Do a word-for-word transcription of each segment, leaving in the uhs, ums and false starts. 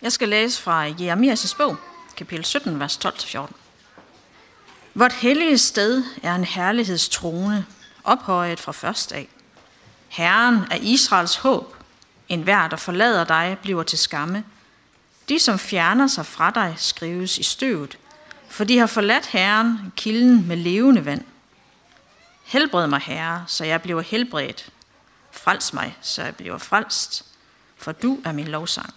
Jeg skal læse fra Jeremias' bog, kapitel sytten, vers tolv til fjorten. Vort hellige sted er en herlighedstrone, ophøjet fra først af. Herren er Israels håb. Enhver, der forlader dig, bliver til skamme. De, som fjerner sig fra dig, skrives i støvet, for de har forladt Herren, kilden med levende vand. Helbred mig, Herre, så jeg bliver helbredt. Frels mig, så jeg bliver frelst, for du er min lovsang.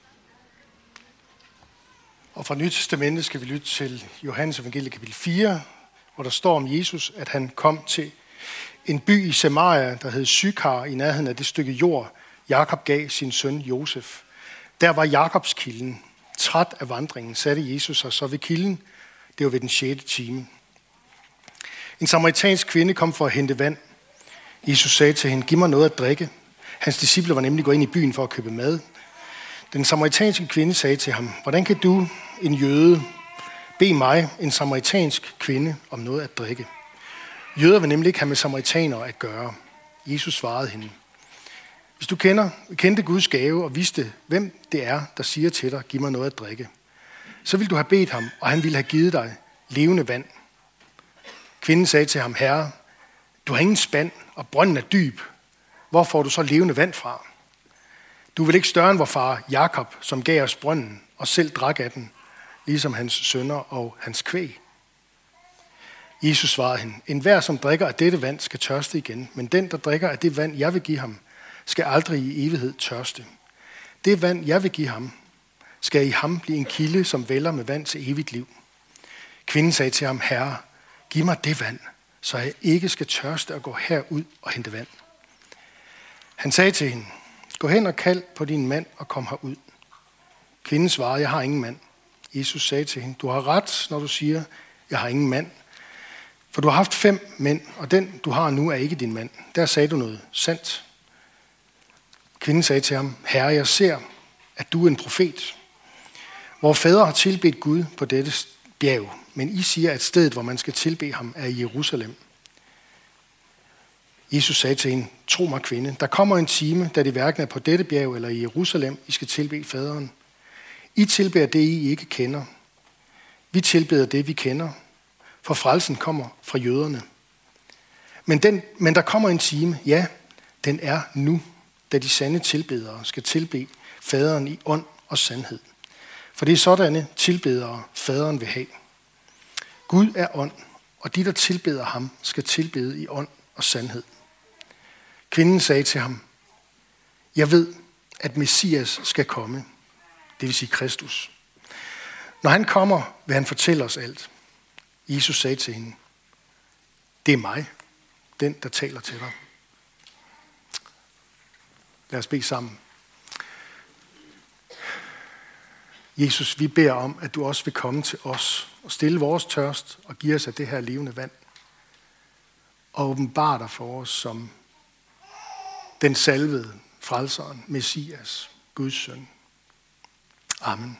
Og fra Nye Testamentet skal vi lytte til Johannes evangeliet kapitel fire, hvor der står om Jesus, at han kom til en by i Samaria, der hed Sykar, i nærheden af det stykke jord, Jakob gav sin søn Josef. Der var Jakobs kilden. Træt af vandringen satte Jesus sig så ved kilden. Det var ved den sjette time. En samaritansk kvinde kom for at hente vand. Jesus sagde til hende, giv mig noget at drikke. Hans disciple var nemlig gået ind i byen for at købe mad. Den samaritanske kvinde sagde til ham, hvordan kan du, en jøde, bede mig, en samaritansk kvinde, om noget at drikke? Jøder vil nemlig ikke have med samaritanere at gøre. Jesus svarede hende, hvis du kender, kendte Guds gave og vidste, hvem det er, der siger til dig, giv mig noget at drikke, så ville du have bedt ham, og han ville have givet dig levende vand. Kvinden sagde til ham, herre, du har ingen spand, og brønden er dyb. Hvor får du så levende vand fra? Du er vel ikke større end vor far Jakob, som gav os brønden og selv drak af den, ligesom hans sønner og hans kvæg. Jesus svarede hende, enhver som drikker af dette vand skal tørste igen, men den, der drikker af det vand, jeg vil give ham, skal aldrig i evighed tørste. Det vand, jeg vil give ham, skal i ham blive en kilde, som vælder med vand til evigt liv. Kvinden sagde til ham, herre, giv mig det vand, så jeg ikke skal tørste og gå herud og hente vand. Han sagde til hende, gå hen og kald på din mand og kom herud. Kvinden svarede, jeg har ingen mand. Jesus sagde til hende, du har ret, når du siger, jeg har ingen mand. For du har haft fem mænd, og den, du har nu, er ikke din mand. Der sagde du noget sandt. Kvinden sagde til ham, herre, jeg ser, at du er en profet. Vor fædre har tilbedt Gud på dette bjerg, men I siger, at stedet, hvor man skal tilbede ham, er i Jerusalem. Jesus sagde til hende, tro mig kvinde, der kommer en time, da det hverken er på dette bjerg eller i Jerusalem, I skal tilbede faderen. I tilbeder det, I ikke kender. Vi tilbeder det, vi kender, for frelsen kommer fra jøderne. Men, den, men der kommer en time, ja, den er nu, da de sande tilbedere skal tilbede faderen i ånd og sandhed. For det er sådanne tilbedere, faderen vil have. Gud er ånd, og de, der tilbeder ham, skal tilbede i ånd og sandhed. Kvinden sagde til ham, jeg ved, at Messias skal komme, det vil sige Kristus. Når han kommer, vil han fortælle os alt. Jesus sagde til hende, det er mig, den, der taler til dig. Lad os bede sammen. Jesus, vi beder om, at du også vil komme til os og stille vores tørst og give os af det her levende vand. Og åbenbare dig for os som den salvede frelseren, Messias, Guds søn. Amen.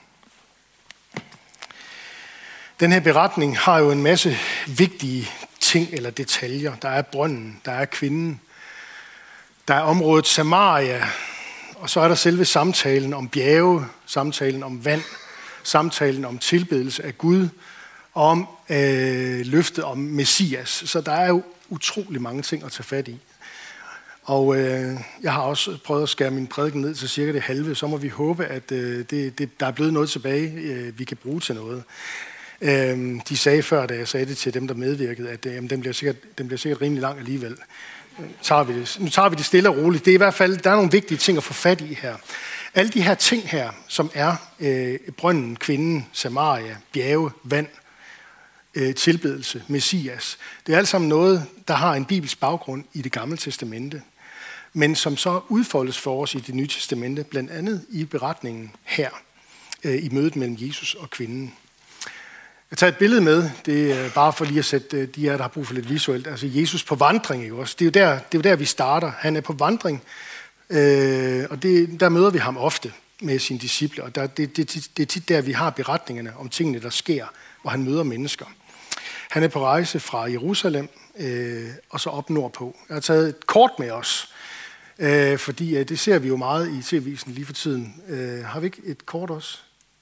Den her beretning har jo en masse vigtige ting eller detaljer. Der er brønden, der er kvinden, der er området Samaria, og så er der selve samtalen om bjerge, samtalen om vand, samtalen om tilbedelse af Gud, og om øh, løftet om Messias. Så der er jo utrolig mange ting at tage fat i. Og øh, jeg har også prøvet at skære min prædiken ned til cirka det halve, så må vi håbe, at øh, det, det, der er blevet noget tilbage, øh, vi kan bruge til noget. Øh, de sagde før, da jeg sagde det til dem, der medvirkede, at øh, jamen, den, bliver sikkert, den bliver sikkert rimelig lang alligevel. Tager vi det. Nu tager vi det stille og roligt. Det er i hvert fald, der er nogle vigtige ting at få fat i her. Alle de her ting her, som er øh, brønden, kvinden, Samaria, bjerge, vand, øh, tilbedelse, Messias. Det er alt sammen noget, der har en bibelsk baggrund i Det Gamle Testamente, men som så udfoldes for os i Det Nye Testamente, blandt andet i beretningen her, øh, i mødet mellem Jesus og kvinden. Jeg tager et billede med, det er bare for lige at sætte de her, der har brug for lidt visuelt. Altså Jesus på vandring, ikke også? Det er jo der, det er jo der vi starter. Han er på vandring, øh, og det, der møder vi ham ofte med sine disciple. Og der, det, det, det er tit der, vi har beretningerne om tingene, der sker, hvor han møder mennesker. Han er på rejse fra Jerusalem øh, og så op nordpå. Jeg har taget et kort med os. Øh, fordi øh, det ser vi jo meget i T V'sen lige for tiden. Øh, har vi ikke et kort også?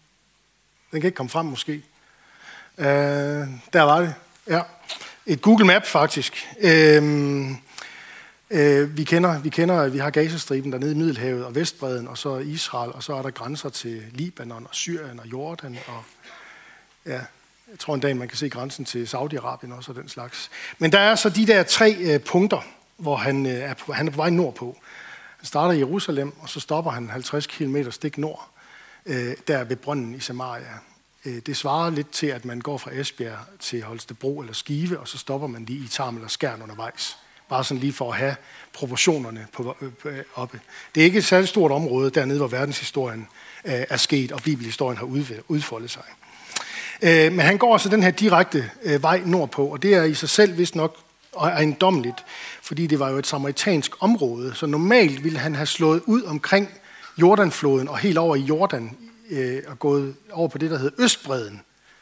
Den kan ikke komme frem måske. Øh, der var det. Ja. Et Google Map faktisk. Øh, øh, vi kender, vi kender, at vi har Gazastriben dernede i Middelhavet og Vestbredden, og så Israel, og så er der grænser til Libanon og Syrien og Jordan. Og, ja, jeg tror en dag, man kan se grænsen til Saudi-Arabien også og den slags. Men der er så de der tre øh, punkter, hvor han, øh, er på, han er på vej nordpå. Han starter i Jerusalem, og så stopper han halvtreds kilometer stik nord, øh, der ved brønden i Samaria. Øh, det svarer lidt til, at man går fra Esbjerg til Holstebro eller Skive, og så stopper man lige i Tarm eller Skjern undervejs. Bare sådan lige for at have proportionerne på, øh, på, oppe. Det er ikke et særligt stort område dernede, hvor verdenshistorien øh, er sket, og bibelhistorien har udfoldet sig. Øh, men han går så den her direkte øh, vej nordpå, og det er i sig selv vist nok ejendommeligt, fordi det var jo et samaritansk område, så normalt ville han have slået ud omkring Jordanfloden og helt over i Jordan øh, og gået over på det, der hedder Østbredden.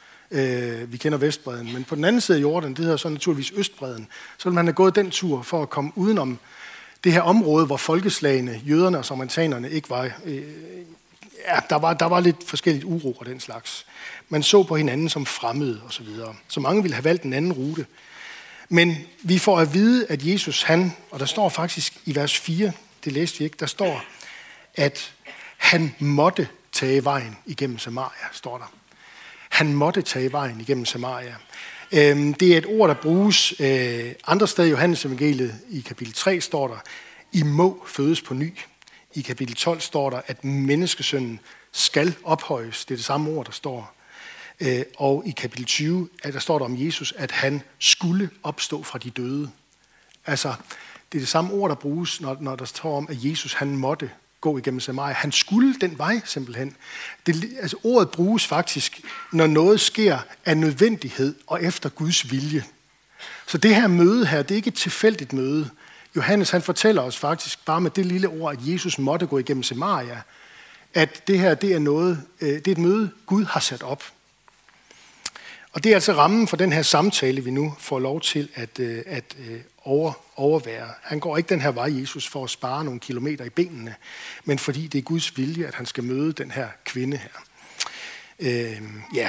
Øh, vi kender Vestbredden, men på den anden side af Jordan, det hedder så naturligvis Østbredden, så ville man have gået den tur for at komme udenom det her område, hvor folkeslagene, jøderne og samaritanerne ikke var... Øh, ja, der var, der var lidt forskelligt uro og den slags. Man så på hinanden som fremmede og så videre. Så mange ville have valgt en anden rute. Men vi får at vide, at Jesus, han, og der står faktisk i vers fire, det læste vi ikke, der står, at han måtte tage vejen igennem Samaria, står der. Han måtte tage vejen igennem Samaria. Det er et ord, der bruges andre steder i Johannes evangeliet. I kapitel tre står der, I må fødes på ny. I kapitel tolv står der, at menneskesønnen skal ophøjes. Det er det samme ord, der står. Og i kapitel tyve, der står der om Jesus, at han skulle opstå fra de døde. Altså, det er det samme ord, der bruges, når, når der står om, at Jesus han måtte gå igennem Samaria. Han skulle den vej simpelthen. Det, altså, ordet bruges faktisk, når noget sker af nødvendighed og efter Guds vilje. Så det her møde her, det er ikke et tilfældigt møde. Johannes han fortæller os faktisk bare med det lille ord, at Jesus måtte gå igennem Samaria, at det her det er, noget, det er et møde, Gud har sat op. Og det er altså rammen for den her samtale, vi nu får lov til at, at over, overvære. Han går ikke den her vej, Jesus, for at spare nogle kilometer i benene, men fordi det er Guds vilje, at han skal møde den her kvinde her. Øhm, ja.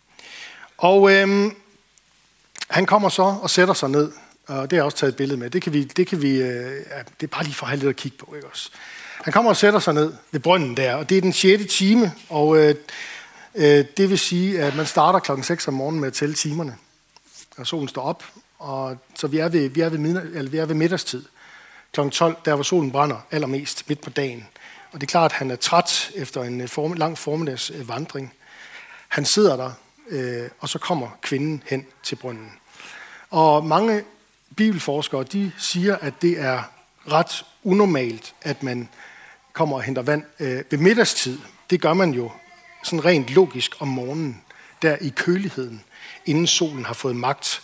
Og øhm, han kommer så og sætter sig ned, og det har jeg også taget et billede med. Det kan vi, det kan vi, øh, ja, det er bare lige for at have lidt at kigge på, ikke også? Han kommer og sætter sig ned ved brønden der, og det er den sjette time, og øh, øh, det vil sige, at man starter klokken seks om morgenen med at tælle timerne, og solen står op, og så vi er ved, vi er ved, midnat, eller vi er ved middagstid. klokken tolv, der hvor solen brænder allermest midt på dagen. Og det er klart, at han er træt efter en form, lang formiddags vandring. Han sidder der, øh, og så kommer kvinden hen til brønden. Og mange bibelforskere, de siger, at det er ret unormalt, at man kommer og henter vand øh, ved middagstid. Det gør man jo sådan rent logisk om morgenen, der i køligheden, inden solen har fået magt.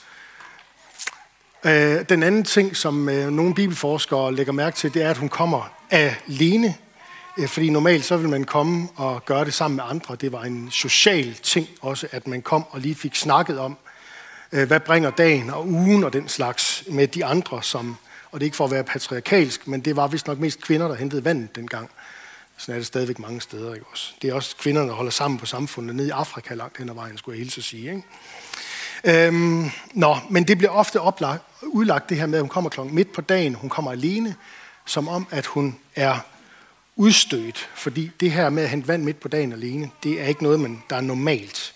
Øh, den anden ting, som øh, nogle bibelforskere lægger mærke til, det er, at hun kommer alene. Øh, fordi normalt så vil man komme og gøre det sammen med andre. Det var en social ting også, at man kom og lige fik snakket om, øh, hvad bringer dagen og ugen og den slags med de andre, som, og det er ikke for at være patriarkalsk, men det var vist nok mest kvinder, der hentede vandet dengang. Sådan er det stadigvæk mange steder, ikke også? Det er også kvinder, der holder sammen på samfundet. Nede i Afrika langt hen ad vejen, skulle jeg hilse at sige, ikke? Øhm, nå, men det bliver ofte oplagt, udlagt det her med, at hun kommer klokken midt på dagen, hun kommer alene, som om, at hun er udstødt. Fordi det her med at hente vand midt på dagen alene, det er ikke noget, man, der er normalt.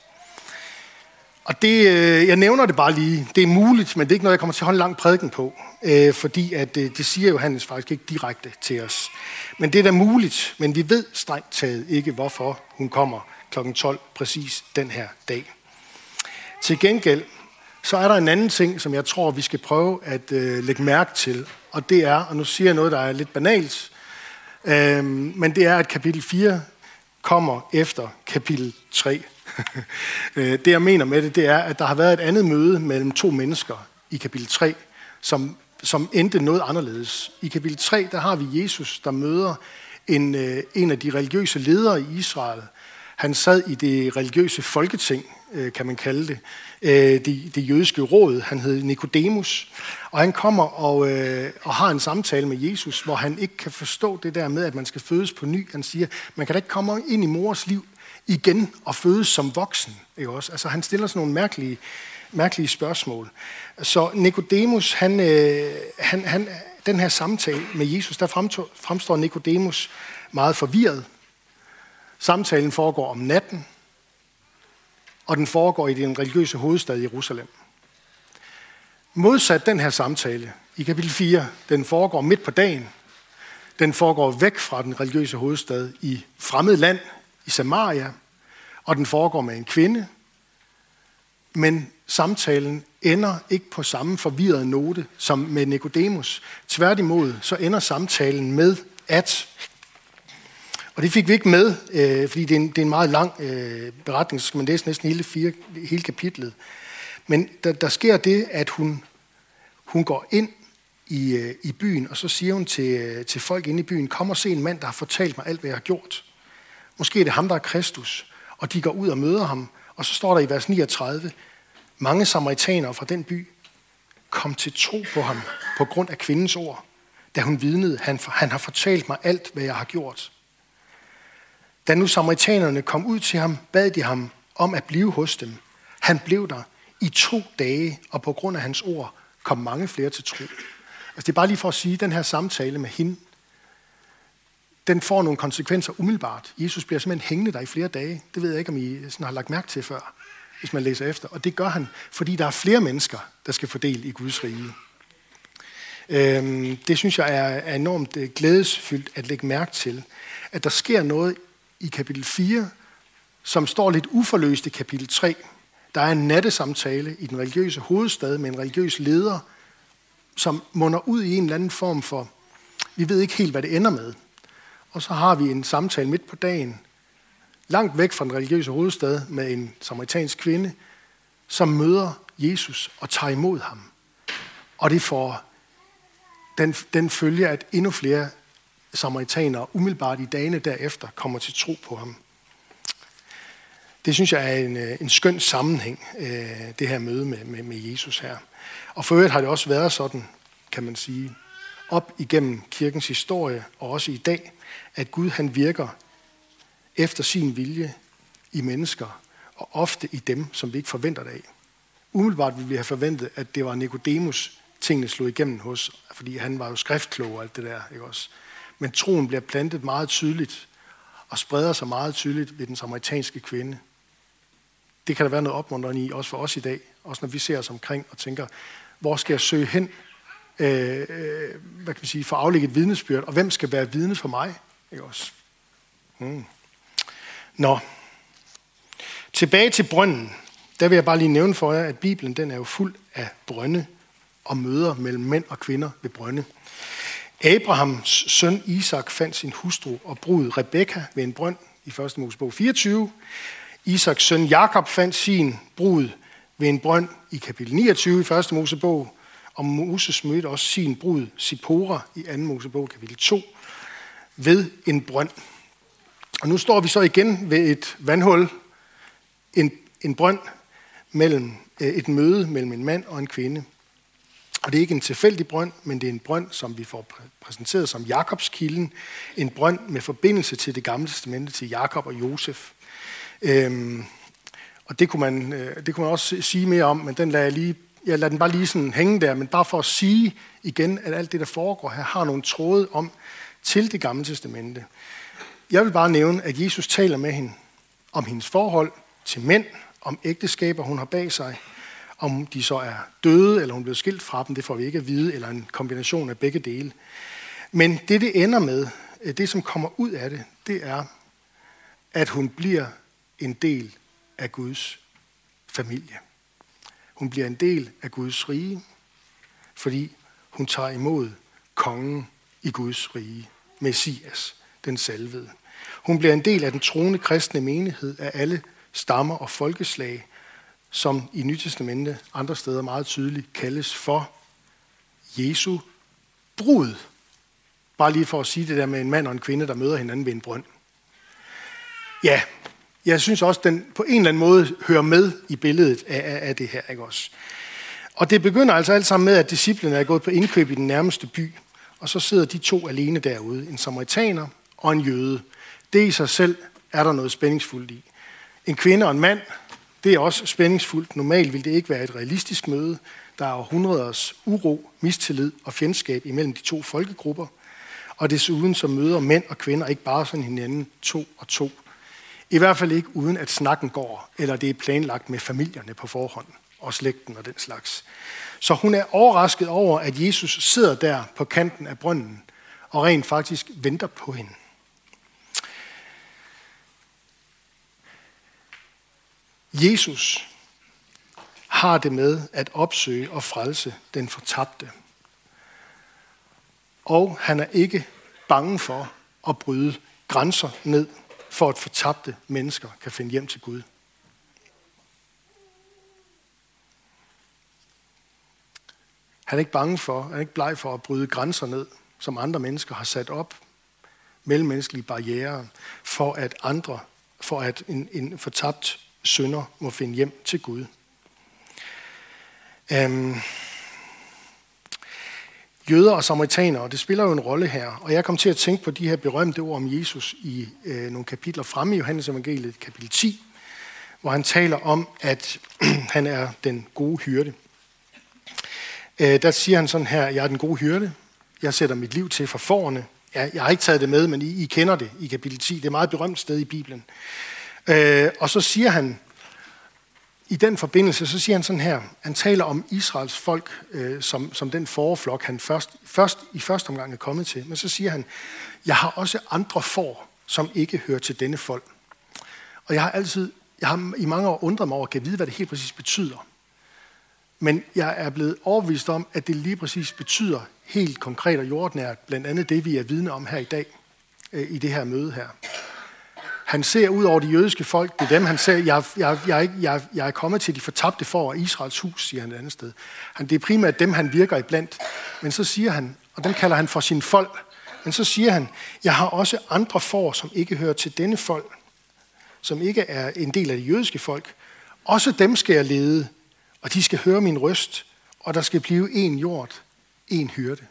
Og det, jeg nævner det bare lige, det er muligt, men det er ikke noget, jeg kommer til at holde lang prædiken på. Øh, fordi at, det siger Johannes faktisk ikke direkte til os. Men det er da muligt, men vi ved strengt taget ikke, hvorfor hun kommer klokken tolv præcis den her dag. Til gengæld, så er der en anden ting, som jeg tror, vi skal prøve at øh, lægge mærke til. Og det er, og nu siger jeg noget, der er lidt banalt, øh, men det er, at kapitel fire kommer efter kapitel tre. Det jeg mener med det, det er, at der har været et andet møde mellem to mennesker i kapitel tre, som, som endte noget anderledes. I kapitel tre, der har vi Jesus, der møder en, en af de religiøse ledere i Israel. Han sad i det religiøse folketing, kan man kalde det, det, det jødiske råd. Han hed Nikodemus, og han kommer og, og har en samtale med Jesus, hvor han ikke kan forstå det der med, at man skal fødes på ny. Han siger, man kan da ikke komme ind i mors liv igen og fødes som voksen. Ikke også? Altså, han stiller sådan nogle mærkelige, mærkelige spørgsmål. Så Nikodemus, han, han, han, den her samtale med Jesus, der fremstår Nikodemus meget forvirret. Samtalen foregår om natten, og den foregår i den religiøse hovedstad Jerusalem. Modsat den her samtale i kapitel fire, den foregår midt på dagen. Den foregår væk fra den religiøse hovedstad i fremmed land, i Samaria, og den foregår med en kvinde. Men samtalen ender ikke på samme forvirrede note som med Nikodemus. Tværtimod, så ender samtalen med at... Og det fik vi ikke med, øh, fordi det er, en, det er en meget lang øh, beretning, så skal man læse næsten hele, fire, hele kapitlet. Men der, der sker det, at hun, hun går ind i, øh, i byen, og så siger hun til, øh, til folk inde i byen, kom og se en mand, der har fortalt mig alt, hvad jeg har gjort. Måske er det ham, der er Kristus, og de går ud og møder ham. Og så står der i vers niogtredive, mange samaritanere fra den by kom til tro på ham på grund af kvindens ord, da hun vidnede, han, han har fortalt mig alt, hvad jeg har gjort. Da nu samaritanerne kom ud til ham, bad de ham om at blive hos dem. Han blev der i to dage, og på grund af hans ord kom mange flere til tro. Altså det er bare lige for at sige, at den her samtale med hende, den får nogle konsekvenser umiddelbart. Jesus bliver simpelthen hængende der i flere dage. Det ved jeg ikke, om I sådan har lagt mærke til før, hvis man læser efter. Og det gør han, fordi der er flere mennesker, der skal fordele i Guds rige. Øhm, det synes jeg er enormt glædesfyldt at lægge mærke til, at der sker noget i kapitel fire, som står lidt uforløst i kapitel tre. Der er en nattesamtale i den religiøse hovedstad med en religiøs leder, som munder ud i en eller anden form for, vi ved ikke helt, hvad det ender med. Og så har vi en samtale midt på dagen, langt væk fra den religiøse hovedstad, med en samaritansk kvinde, som møder Jesus og tager imod ham. Og det får den, den følge, at endnu flere samaritanere umiddelbart i dagene derefter kommer til tro på ham. Det synes jeg er en, en skøn sammenhæng, det her møde med, med, med Jesus her. Og for øvrigt har det også været sådan, kan man sige, op igennem kirkens historie, og også i dag, at Gud han virker efter sin vilje i mennesker, og ofte i dem, som vi ikke forventer det af. Umiddelbart ville vi have forventet, at det var Nikodemus, tingene slog igennem hos, fordi han var jo skriftklog og alt det der, ikke også? Men troen bliver plantet meget tydeligt, og spreder sig meget tydeligt ved den samaritanske kvinde. Det kan der være noget opmuntrende i, også for os i dag, også når vi ser os omkring og tænker, hvor skal jeg søge hen, øh, hvad kan man sige, for at aflægge et vidnesbyrd, og hvem skal være vidne for mig? Ikke også? Hmm. Nå. Tilbage til brønden. Der vil jeg bare lige nævne for jer, at Bibelen den er jo fuld af brønde og møder mellem mænd og kvinder ved brønde. Abrahams søn Isak fandt sin hustru og brud Rebekka ved en brønd i første Mosebog fireogtyve. Isaks søn Jakob fandt sin brud ved en brønd i kapitel niogtyve i første Mosebog. Og Moses mødte også sin brud Sipora i anden Mosebog kapitel to ved en brønd. Og nu står vi så igen ved et vandhul, en, en brønd mellem et møde mellem en mand og en kvinde. Og det er ikke en tilfældig brønd, men det er en brønd, som vi får præsenteret som Jakobskilden. En brønd med forbindelse til det gamle testamente, til Jakob og Josef. Øhm, og det kunne, man, det kunne man også sige mere om, men den lader jeg, lige, jeg lader den bare lige sådan hænge der. Men bare for at sige igen, at alt det, der foregår her, har nogle tråde om til det gamle testamente. Jeg vil bare nævne, at Jesus taler med hende om hendes forhold til mænd, om ægteskaber, hun har bag sig. Om de så er døde, eller hun blev skilt fra dem, det får vi ikke at vide, eller en kombination af begge dele. Men det, det ender med, det som kommer ud af det, det er, at hun bliver en del af Guds familie. Hun bliver en del af Guds rige, fordi hun tager imod kongen i Guds rige, Messias, den salvede. Hun bliver en del af den troende kristne menighed af alle stammer og folkeslag, som i Nye Testamente andre steder meget tydeligt kaldes for Jesu brud. Bare lige for at sige det der med en mand og en kvinde, der møder hinanden ved en brønd. Ja, jeg synes også, den på en eller anden måde hører med i billedet af, af, af det her, ikke også? Og det begynder altså alt sammen med, at disciplene er gået på indkøb i den nærmeste by, og så sidder de to alene derude, en samaritaner og en jøde. Det i sig selv er der noget spændingsfuldt i. En kvinde og en mand, det er også spændingsfuldt. Normalt vil det ikke være et realistisk møde. Der er århundreders uro, mistillid og fjendskab imellem de to folkegrupper. Og desuden så møder mænd og kvinder ikke bare sådan hinanden to og to. I hvert fald ikke uden at snakken går, eller det er planlagt med familierne på forhånd, og slægten og den slags. Så hun er overrasket over, at Jesus sidder der på kanten af brønden, og rent faktisk venter på hende. Jesus har det med at opsøge og frelse den fortabte. Og han er ikke bange for at bryde grænser ned, for at fortabte mennesker kan finde hjem til Gud. Han er ikke bange for, han er ikke bleg for at bryde grænser ned, som andre mennesker har sat op, mellemmenneskelige barrierer, for at andre, for at en, en fortabt synder må finde hjem til Gud. Øhm, Jøder og samaritanere, det spiller jo en rolle her, og jeg kom til at tænke på de her berømte ord om Jesus i øh, nogle kapitler fremme i Johannes evangeliet, kapitel ti, hvor han taler om, at han er den gode hyrde. Øh, der siger han sådan her: jeg er den gode hyrde, jeg sætter mit liv til for fårene. Ja, jeg har ikke taget det med, men I, I kender det i kapitel ti, det er et meget berømt sted i Bibelen. Øh, og så siger han, i den forbindelse, så siger han sådan her, han taler om Israels folk, øh, som, som den fåreflok, han først, først i første omgang er kommet til. Men så siger han, jeg har også andre får, som ikke hører til denne folk. Og jeg har altid, jeg har i mange år undret mig over, at jeg vide, hvad det helt præcis betyder. Men jeg er blevet overbevist om, at det lige præcis betyder helt konkret og jordnært, blandt andet det, vi er vidne om her i dag, øh, i det her møde her. Han ser ud over de jødiske folk, det er dem, han ser, jeg, jeg, jeg, jeg, jeg er kommet til de fortabte får af Israels hus, siger han et andet sted. Han, det er primært dem, han virker iblandt. Men så siger han, og dem kalder han for sin folk, men så siger han, jeg har også andre får, som ikke hører til denne folk, som ikke er en del af de jødiske folk. Også dem skal jeg lede, og de skal høre min røst, og der skal blive en hjort, en hyrde.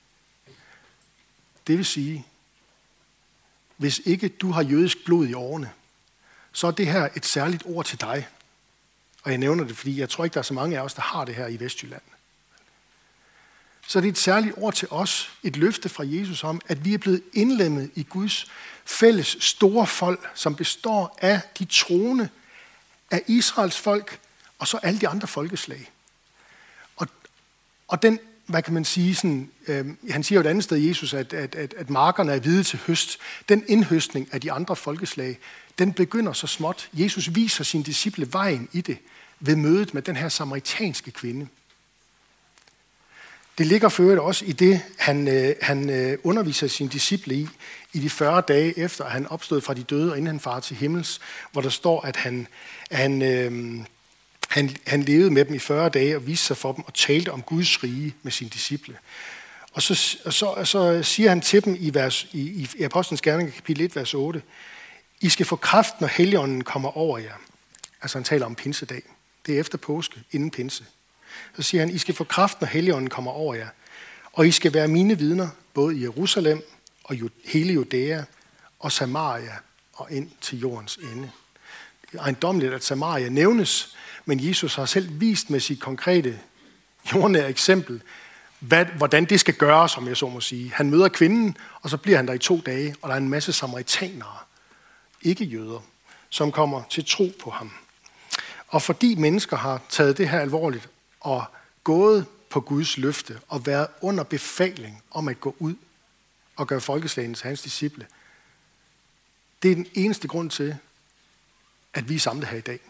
Det vil sige, hvis ikke du har jødisk blod i årene, så er det her et særligt ord til dig. Og jeg nævner det, fordi jeg tror ikke, der er så mange af os, der har det her i Vestjylland. Så det er et særligt ord til os, et løfte fra Jesus om, at vi er blevet indlemmet i Guds fælles store folk, som består af de troende, af Israels folk, og så alle de andre folkeslag. Og, og den, hvad kan man sige, sådan, øh, han siger jo et andet sted, Jesus, at, at, at, at markerne er hvide til høst. Den indhøstning af de andre folkeslag, den begynder så småt. Jesus viser sine disciple vejen i det, ved mødet med den her samaritanske kvinde. Det ligger for øvrigt også i det, han, øh, han øh, underviser sine disciple i, i de fyrre dage efter, at han opstod fra de døde, og inden han farer til himmels, hvor der står, at han, han, øh, han, han levede med dem i fyrre dage og viste sig for dem og talte om Guds rige med sine disciple. Og så, og så, og så siger han til dem i, vers, i, i Apostlenes Gerninger, kapitel et, vers otte, I skal få kraft, når Helligånden kommer over jer. Altså han taler om pinsedag. Det er efter påske, inden pinse. Så siger han, I skal få kraft, når Helligånden kommer over jer. Og I skal være mine vidner, både i Jerusalem og hele Judæa og Samaria og ind til jordens ende. Det er ejendommeligt, at Samaria nævnes, men Jesus har selv vist med sit konkrete jordnære eksempel, hvad, hvordan det skal gøres, som jeg så må sige. Han møder kvinden, og så bliver han der i to dage, og der er en masse samaritanere, ikke jøder, som kommer til tro på ham. Og fordi mennesker har taget det her alvorligt og gået på Guds løfte og været under befaling om at gå ud og gøre folkeslagene til hans disciple, det er den eneste grund til, at vi er samlet her i dag.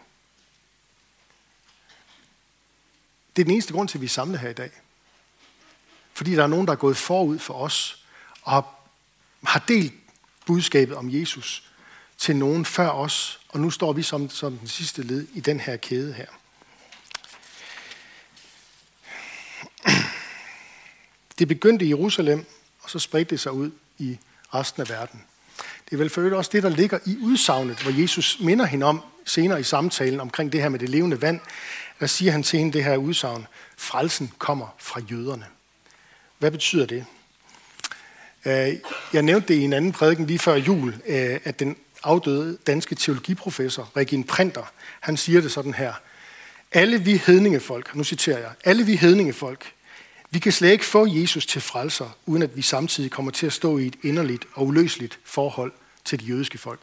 Det er den eneste grund til, at vi er samlet her i dag. Fordi der er nogen, der er gået forud for os og har delt budskabet om Jesus til nogen før os, og nu står vi som, som den sidste led i den her kæde her. Det begyndte i Jerusalem, og så spredte det sig ud i resten af verden. Det Det er vel for øvrigt også det, der ligger i udsagnet, hvor Jesus minder hende om senere i samtalen omkring det her med det levende vand. Der siger han til hende det her udsagn: frelsen kommer fra jøderne. Hvad betyder det? Jeg nævnte det i en anden prædiken lige før jul, at den afdøde danske teologiprofessor Regin Printer, han siger det sådan her: alle vi hedningefolk, nu citerer jeg, alle vi hedningefolk, vi kan slet ikke få Jesus til frelser, uden at vi samtidig kommer til at stå i et inderligt og uløseligt forhold til det jødiske folk.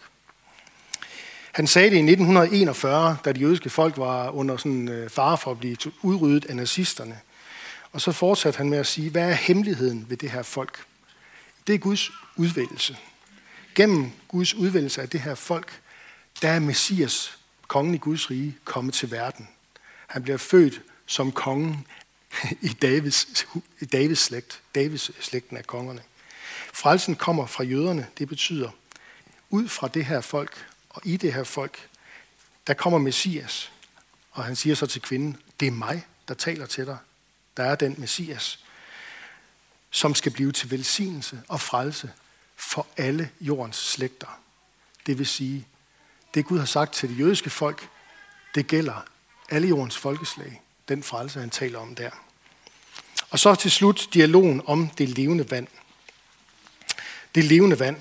Han sagde det i nitten enogfyrre, da det jødiske folk var under sådan fare for at blive udryddet af nazisterne. Og så fortsatte han med at sige, hvad er hemmeligheden ved det her folk? Det er Guds udvælgelse. Gennem Guds udvælgelse af det her folk, der er Messias, kongen i Guds rige, kommet til verden. Han bliver født som kongen i Davids, i Davids slægt. Davids slægten af kongerne. Frelsen kommer fra jøderne. Det betyder, ud fra det her folk og i det her folk, der kommer Messias. Og han siger så til kvinden, det er mig, der taler til dig. Der er den Messias, som skal blive til velsignelse og frelse for alle jordens slægter. Det vil sige, det Gud har sagt til det jødiske folk, det gælder alle jordens folkeslag. Den frelse, han taler om der. Og så til slut dialogen om det levende vand. Det levende vand.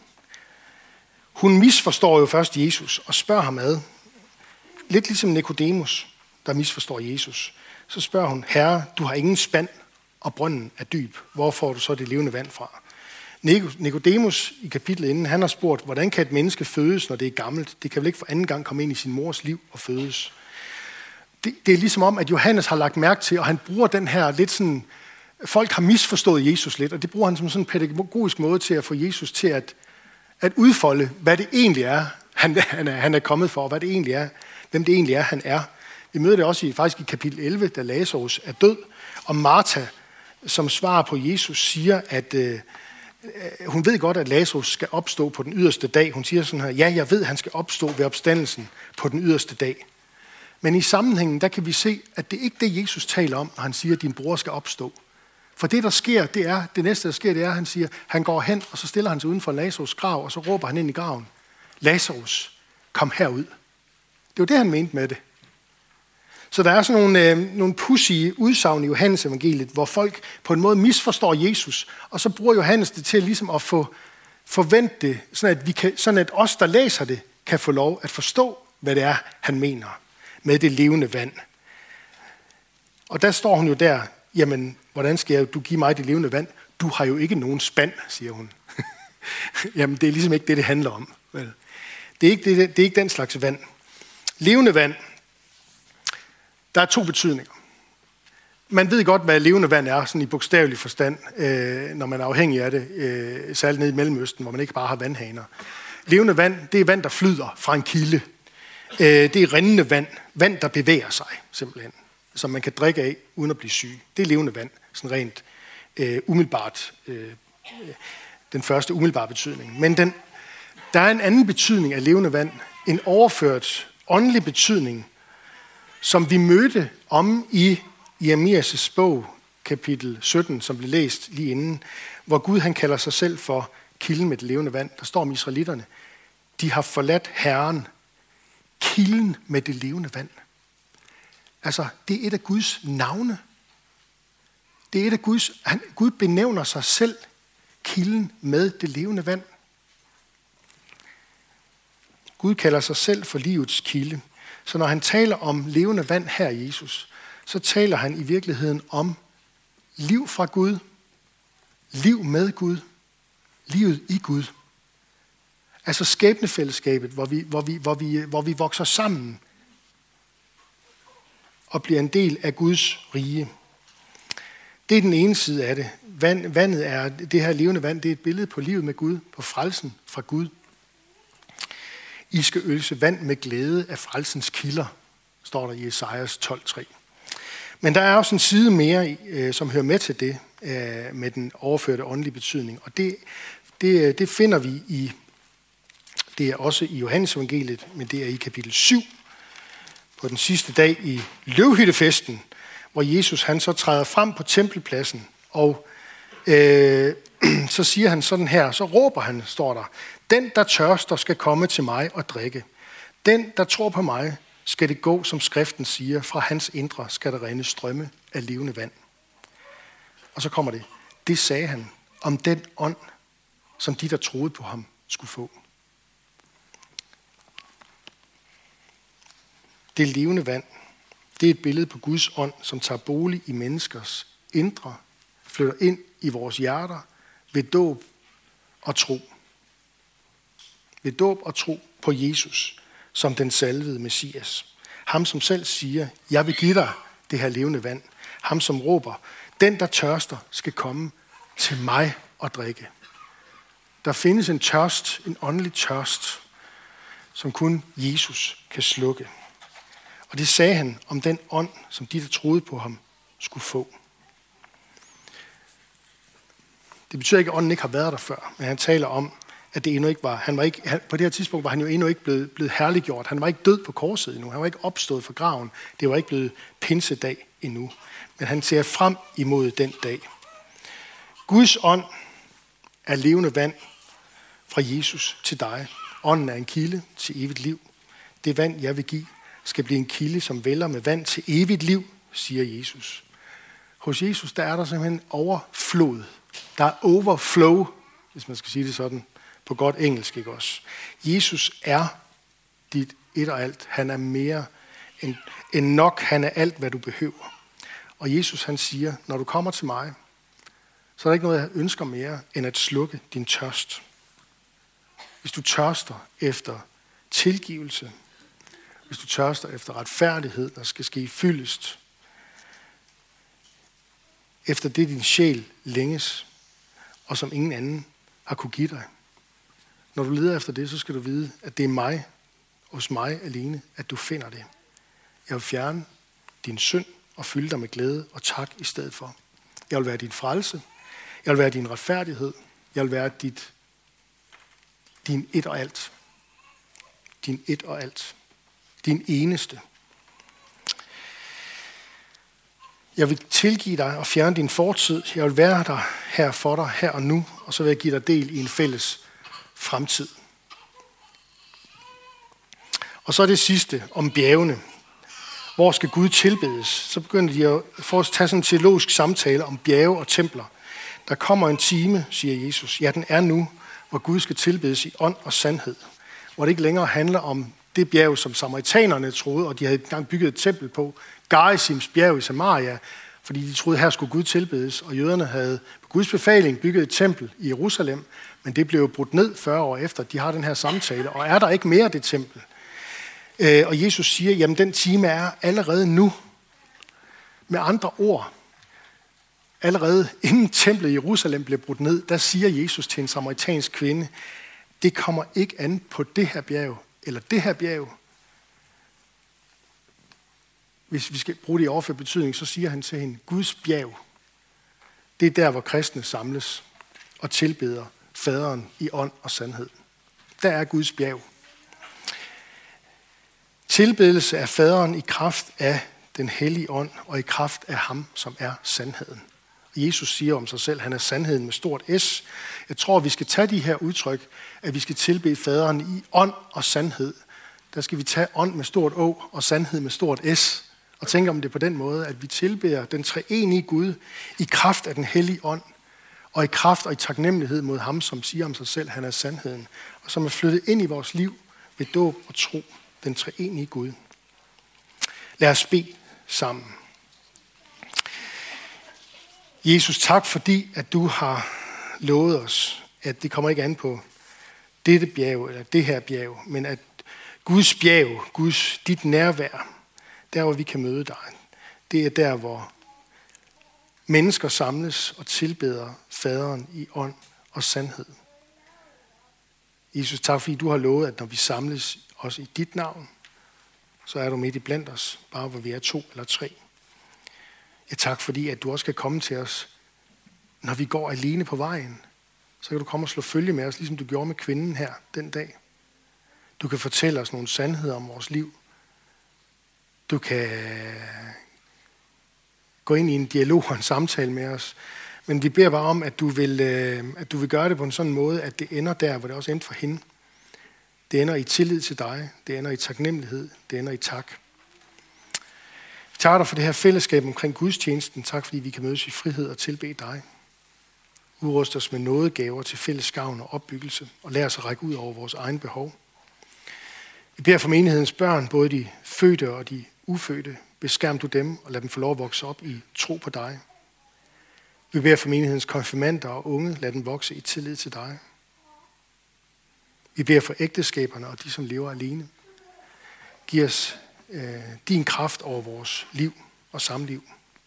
Hun misforstår jo først Jesus og spørger ham ad. Lidt ligesom Nikodemus, der misforstår Jesus. Så spørger hun, Herre, du har ingen spand, og brønden er dyb. Hvor får du så det levende vand fra? Nikodemus i kapitlet inden, han har spurgt, hvordan kan et menneske fødes, når det er gammelt? Det kan vel ikke for anden gang komme ind i sin mors liv og fødes. Det, det er ligesom om, at Johannes har lagt mærke til, og han bruger den her lidt sådan, folk har misforstået Jesus lidt, og det bruger han som sådan en pædagogisk måde til at få Jesus til at, at udfolde, hvad det egentlig er, han, han, er, han er kommet for, og hvad det egentlig er, hvem det egentlig er, han er. Vi møder det også i, faktisk i kapitel elleve, da Lazarus er død, og Martha, som svarer på Jesus, siger, at øh, hun ved godt, at Lazarus skal opstå på den yderste dag. Hun siger sådan her, ja, jeg ved, at han skal opstå ved opstandelsen på den yderste dag. Men i sammenhængen, der kan vi se, at det ikke er det, Jesus taler om, når han siger, at din bror skal opstå. For det, der sker, det er, det næste, der sker, det er, at han siger, han går hen, og så stiller han sig uden for Lazarus' grav, og så råber han ind i graven, Lazarus, kom herud. Det var det, han mente med det. Så der er sådan nogle, øh, nogle pudsige udsagn i Johannes evangeliet, hvor folk på en måde misforstår Jesus, og så bruger Johannes det til ligesom at få forvente det, sådan at, vi kan, sådan at os, der læser det, kan få lov at forstå, hvad det er, han mener med det levende vand. Og der står hun jo der, jamen, hvordan skal jeg, du give mig det levende vand? Du har jo ikke nogen spand, siger hun. Jamen, det er ligesom ikke det, det handler om. Vel? Det er ikke, det, det er ikke den slags vand. Levende vand, der er to betydninger. Man ved godt, hvad levende vand er, sådan i bogstavelig forstand, øh, når man er afhængig af det, øh, særligt nede i Mellemøsten, hvor man ikke bare har vandhaner. Levende vand, det er vand, der flyder fra en kilde. Øh, det er rindende vand, vand, der bevæger sig, simpelthen, som man kan drikke af, uden at blive syg. Det er levende vand, sådan rent øh, umiddelbart, øh, den første umiddelbare betydning. Men den, der er en anden betydning af levende vand, en overført åndelig betydning, som vi mødte om i Jeremias' bog, kapitel sytten, som blev læst lige inden, hvor Gud han kalder sig selv for kilden med det levende vand. Der står om israelitterne, de har forladt Herren, kilden med det levende vand. Altså, det er et af Guds navne. Det er et af Guds, han, Gud benævner sig selv kilden med det levende vand. Gud kalder sig selv for livets kilde. Så når han taler om levende vand her, Jesus, så taler han i virkeligheden om liv fra Gud, liv med Gud, livet i Gud. Altså skæbnefællesskabet, hvor vi, hvor vi, hvor vi, hvor vi vokser sammen og bliver en del af Guds rige. Det er den ene side af det. Vand, vandet er, det her levende vand, det er et billede på livet med Gud, på frelsen fra Gud. I skal øse vand med glæde af frelsens kilder, står der i Esajas tolv tre. Men der er også en side mere, som hører med til det, med den overførte åndelige betydning. Og det, det, det finder vi i, det er også i Johannes evangeliet, men det er i kapitel syv, på den sidste dag i løvhyttefesten, hvor Jesus han så træder frem på tempelpladsen og øh, så siger han sådan her, så råber han, står der, den, der tørster, skal komme til mig og drikke. Den, der tror på mig, skal det gå, som skriften siger, fra hans indre skal der rinde strømme af levende vand. Og så kommer det, det sagde han om den ånd, som de, der troede på ham, skulle få. Det levende vand, det er et billede på Guds ånd, som tager bolig i menneskers indre, flytter ind i vores hjerter ved dåb og tro. Ved dåb og tro på Jesus som den salvede Messias. Ham, som selv siger, jeg vil give dig det her levende vand. Ham, som råber, den, der tørster, skal komme til mig og drikke. Der findes en tørst, en åndelig tørst, som kun Jesus kan slukke. Og det sagde han om den ånd, som de, der troede på ham, skulle få. Det betyder ikke, at ånden ikke har været der før, men han taler om, at det endnu ikke var, han var ikke, han, på det her tidspunkt var han jo endnu ikke blevet, blevet herliggjort. Han var ikke død på korset endnu. Han var ikke opstået fra graven. Det var ikke blevet pinsedag endnu. Men han ser frem imod den dag. Guds ånd er levende vand fra Jesus til dig. Ånden er en kilde til evigt liv. Det vand, jeg vil give, skal blive en kilde, som vælger med vand til evigt liv, siger Jesus. Hos Jesus, der er der simpelthen overflod. Der er overflow, hvis man skal sige det sådan, på godt engelsk, ikke også? Jesus er dit et og alt. Han er mere end, end nok. Han er alt, hvad du behøver. Og Jesus, han siger, når du kommer til mig, så er der ikke noget, jeg ønsker mere, end at slukke din tørst. Hvis du tørster efter tilgivelse, hvis du tørster efter retfærdighed, der skal ske fyldest, efter det din sjæl længes, og som ingen anden har kunne give dig. Når du leder efter det, så skal du vide, at det er mig, hos mig alene, at du finder det. Jeg vil fjerne din synd og fylde dig med glæde og tak i stedet for. Jeg vil være din frelse. Jeg vil være din retfærdighed. Jeg vil være dit, din et og alt. Din et og alt. Din eneste. Jeg vil tilgive dig og fjerne din fortid. Jeg vil være der her for dig, her og nu, og så vil jeg give dig del i en fælles fremtid. Og så er det sidste om bjergene. Hvor skal Gud tilbedes? Så begynder de at, for at tage sådan en teologisk samtale om bjerge og templer. Der kommer en time, siger Jesus. Ja, den er nu, hvor Gud skal tilbedes i ånd og sandhed. Hvor det ikke længere handler om det bjerg, som samaritanerne troede, og de havde engang bygget et tempel på, Garizims bjerg i Samaria, fordi de troede, her skulle Gud tilbedes, og jøderne havde på Guds befaling bygget et tempel i Jerusalem, men det blev brudt ned fyrre år efter, de har den her samtale, og er der ikke mere det tempel? Og Jesus siger, jamen den time er allerede nu. Med andre ord, allerede inden templet i Jerusalem blev brudt ned, der siger Jesus til en samaritansk kvinde, det kommer ikke an på det her bjerg, eller det her bjerg. Hvis vi skal bruge det i overført betydning, så siger han til hende, Guds bjerg, det er der, hvor kristne samles og tilbeder faderen i ånd og sandhed. Der er Guds bjerg. Tilbedelse af faderen i kraft af den hellige ånd og i kraft af ham, som er sandheden. Jesus siger om sig selv, han er sandheden med stort S. Jeg tror, vi skal tage de her udtryk, at vi skal tilbede faderen i ånd og sandhed. Der skal vi tage ånd med stort Å og sandhed med stort S. Og tænke om det på den måde, at vi tilbeder den treenige Gud i kraft af den hellige ånd, og i kraft og i taknemmelighed mod ham, som siger om sig selv, han er sandheden, og som er flyttet ind i vores liv ved dåb og tro, den treenige Gud. Lad os bede sammen. Jesus, tak fordi, at du har lovet os, at det kommer ikke an på dette bjerg eller det her bjerg, men at Guds bjerg, Guds, dit nærvær, der hvor vi kan møde dig, det er der, hvor mennesker samles og tilbeder faderen i ånd og sandhed. Jesus, tak fordi du har lovet, at når vi samles også i dit navn, så er du midt i blandt os, bare hvor vi er to eller tre. Jeg tak fordi, at du også kan komme til os, når vi går alene på vejen. Så kan du komme og slå følge med os, ligesom du gjorde med kvinden her den dag. Du kan fortælle os nogle sandheder om vores liv. Du kan gå ind i en dialog og en samtale med os, Men vi beder bare om, at du, vil, at du vil gøre det på en sådan måde, at det ender der, hvor det også endte for hende. Det ender i tillid til dig. Det ender i taknemmelighed. Det ender i tak. Vi takker dig for det her fællesskab omkring gudstjenesten. Tak fordi vi kan mødes i frihed og tilbede dig. Udrust os med nådegaver til fælles gavn og opbyggelse, og lad os at række ud over vores egen behov. Vi beder for menighedens børn, både de fødte og de ufødte. Beskærm du dem og lad dem få lov at vokse op i tro på dig. Vi beder for menighedens konfirmander og unge, lad dem vokse i tillid til dig. Vi beder for ægteskaberne og de, som lever alene. Giv os øh, din kraft over vores liv og samliv.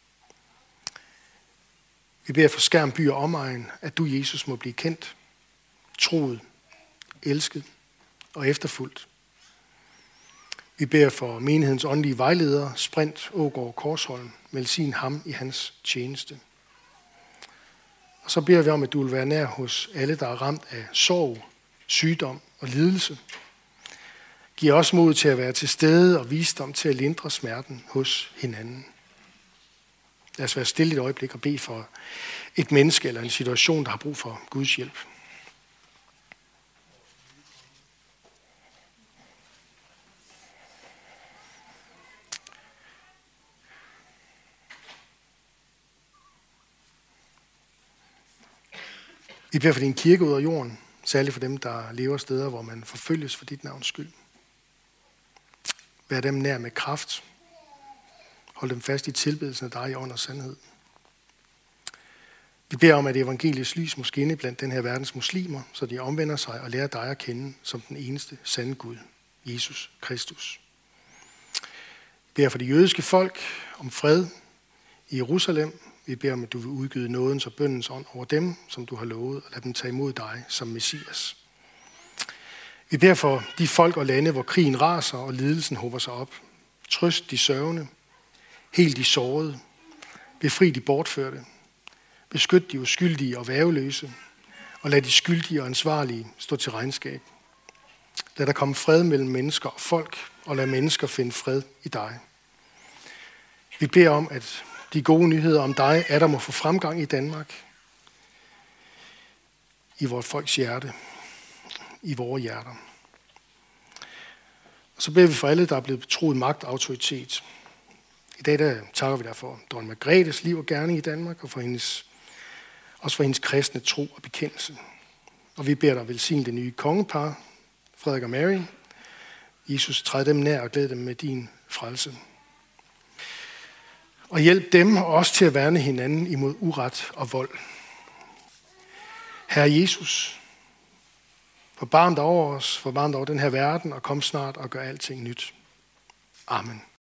Vi beder for Skærm by og omegn, at du, Jesus, må blive kendt, troet, elsket og efterfulgt. Vi beder for menighedens åndelige vejledere, Sprint, Ågaard, Korsholm, velsign ham i hans tjeneste. Og så beder vi om, at du vil være nær hos alle, der er ramt af sorg, sygdom og lidelse. Giv os mod til at være til stede og visdom til at lindre smerten hos hinanden. Lad os være stille et øjeblik og bede for et menneske eller en situation, der har brug for Guds hjælp. Vi beder for din kirke ud af jorden, særligt for dem, der lever steder, hvor man forfølges for dit navns skyld. Vær dem nær med kraft. Hold dem fast i tilbedelsen af dig i ånd og sandhed. Vi beder om, at evangeliets lys må skinne blandt den her verdens muslimer, så de omvender sig og lærer dig at kende som den eneste sande Gud, Jesus Kristus. Vi beder for de jødiske folk om fred i Jerusalem. Vi beder om, at du vil udgyde nådens og bønnens ånd over dem, som du har lovet, og lad dem tage imod dig som Messias. Vi beder for de folk og lande, hvor krigen raser og lidelsen hober sig op. Trøst de sørgende, hel de sårede, befri de bortførte, beskyt de uskyldige og værgeløse, og lad de skyldige og ansvarlige stå til regnskab. Lad der komme fred mellem mennesker og folk, og lad mennesker finde fred i dig. Vi beder om, at de gode nyheder om dig, at der må få fremgang i Danmark, i vores folks hjerte, i vores hjerter. Og så beder vi for alle, der er blevet betroet magt og autoritet. I dag der takker vi dig for dronning Margrethes liv og gerning i Danmark, og for hendes, også for hendes kristne tro og bekendelse. Og vi beder dig velsigne det nye kongepar, Frederik og Mary. Jesus, træd dem nær og glæd dem med din frelse. Og hjælp dem og os til at værne hinanden imod uret og vold. Herre Jesus, forbarm dig over os, forbarm dig over den her verden, og kom snart og gør alting nyt. Amen.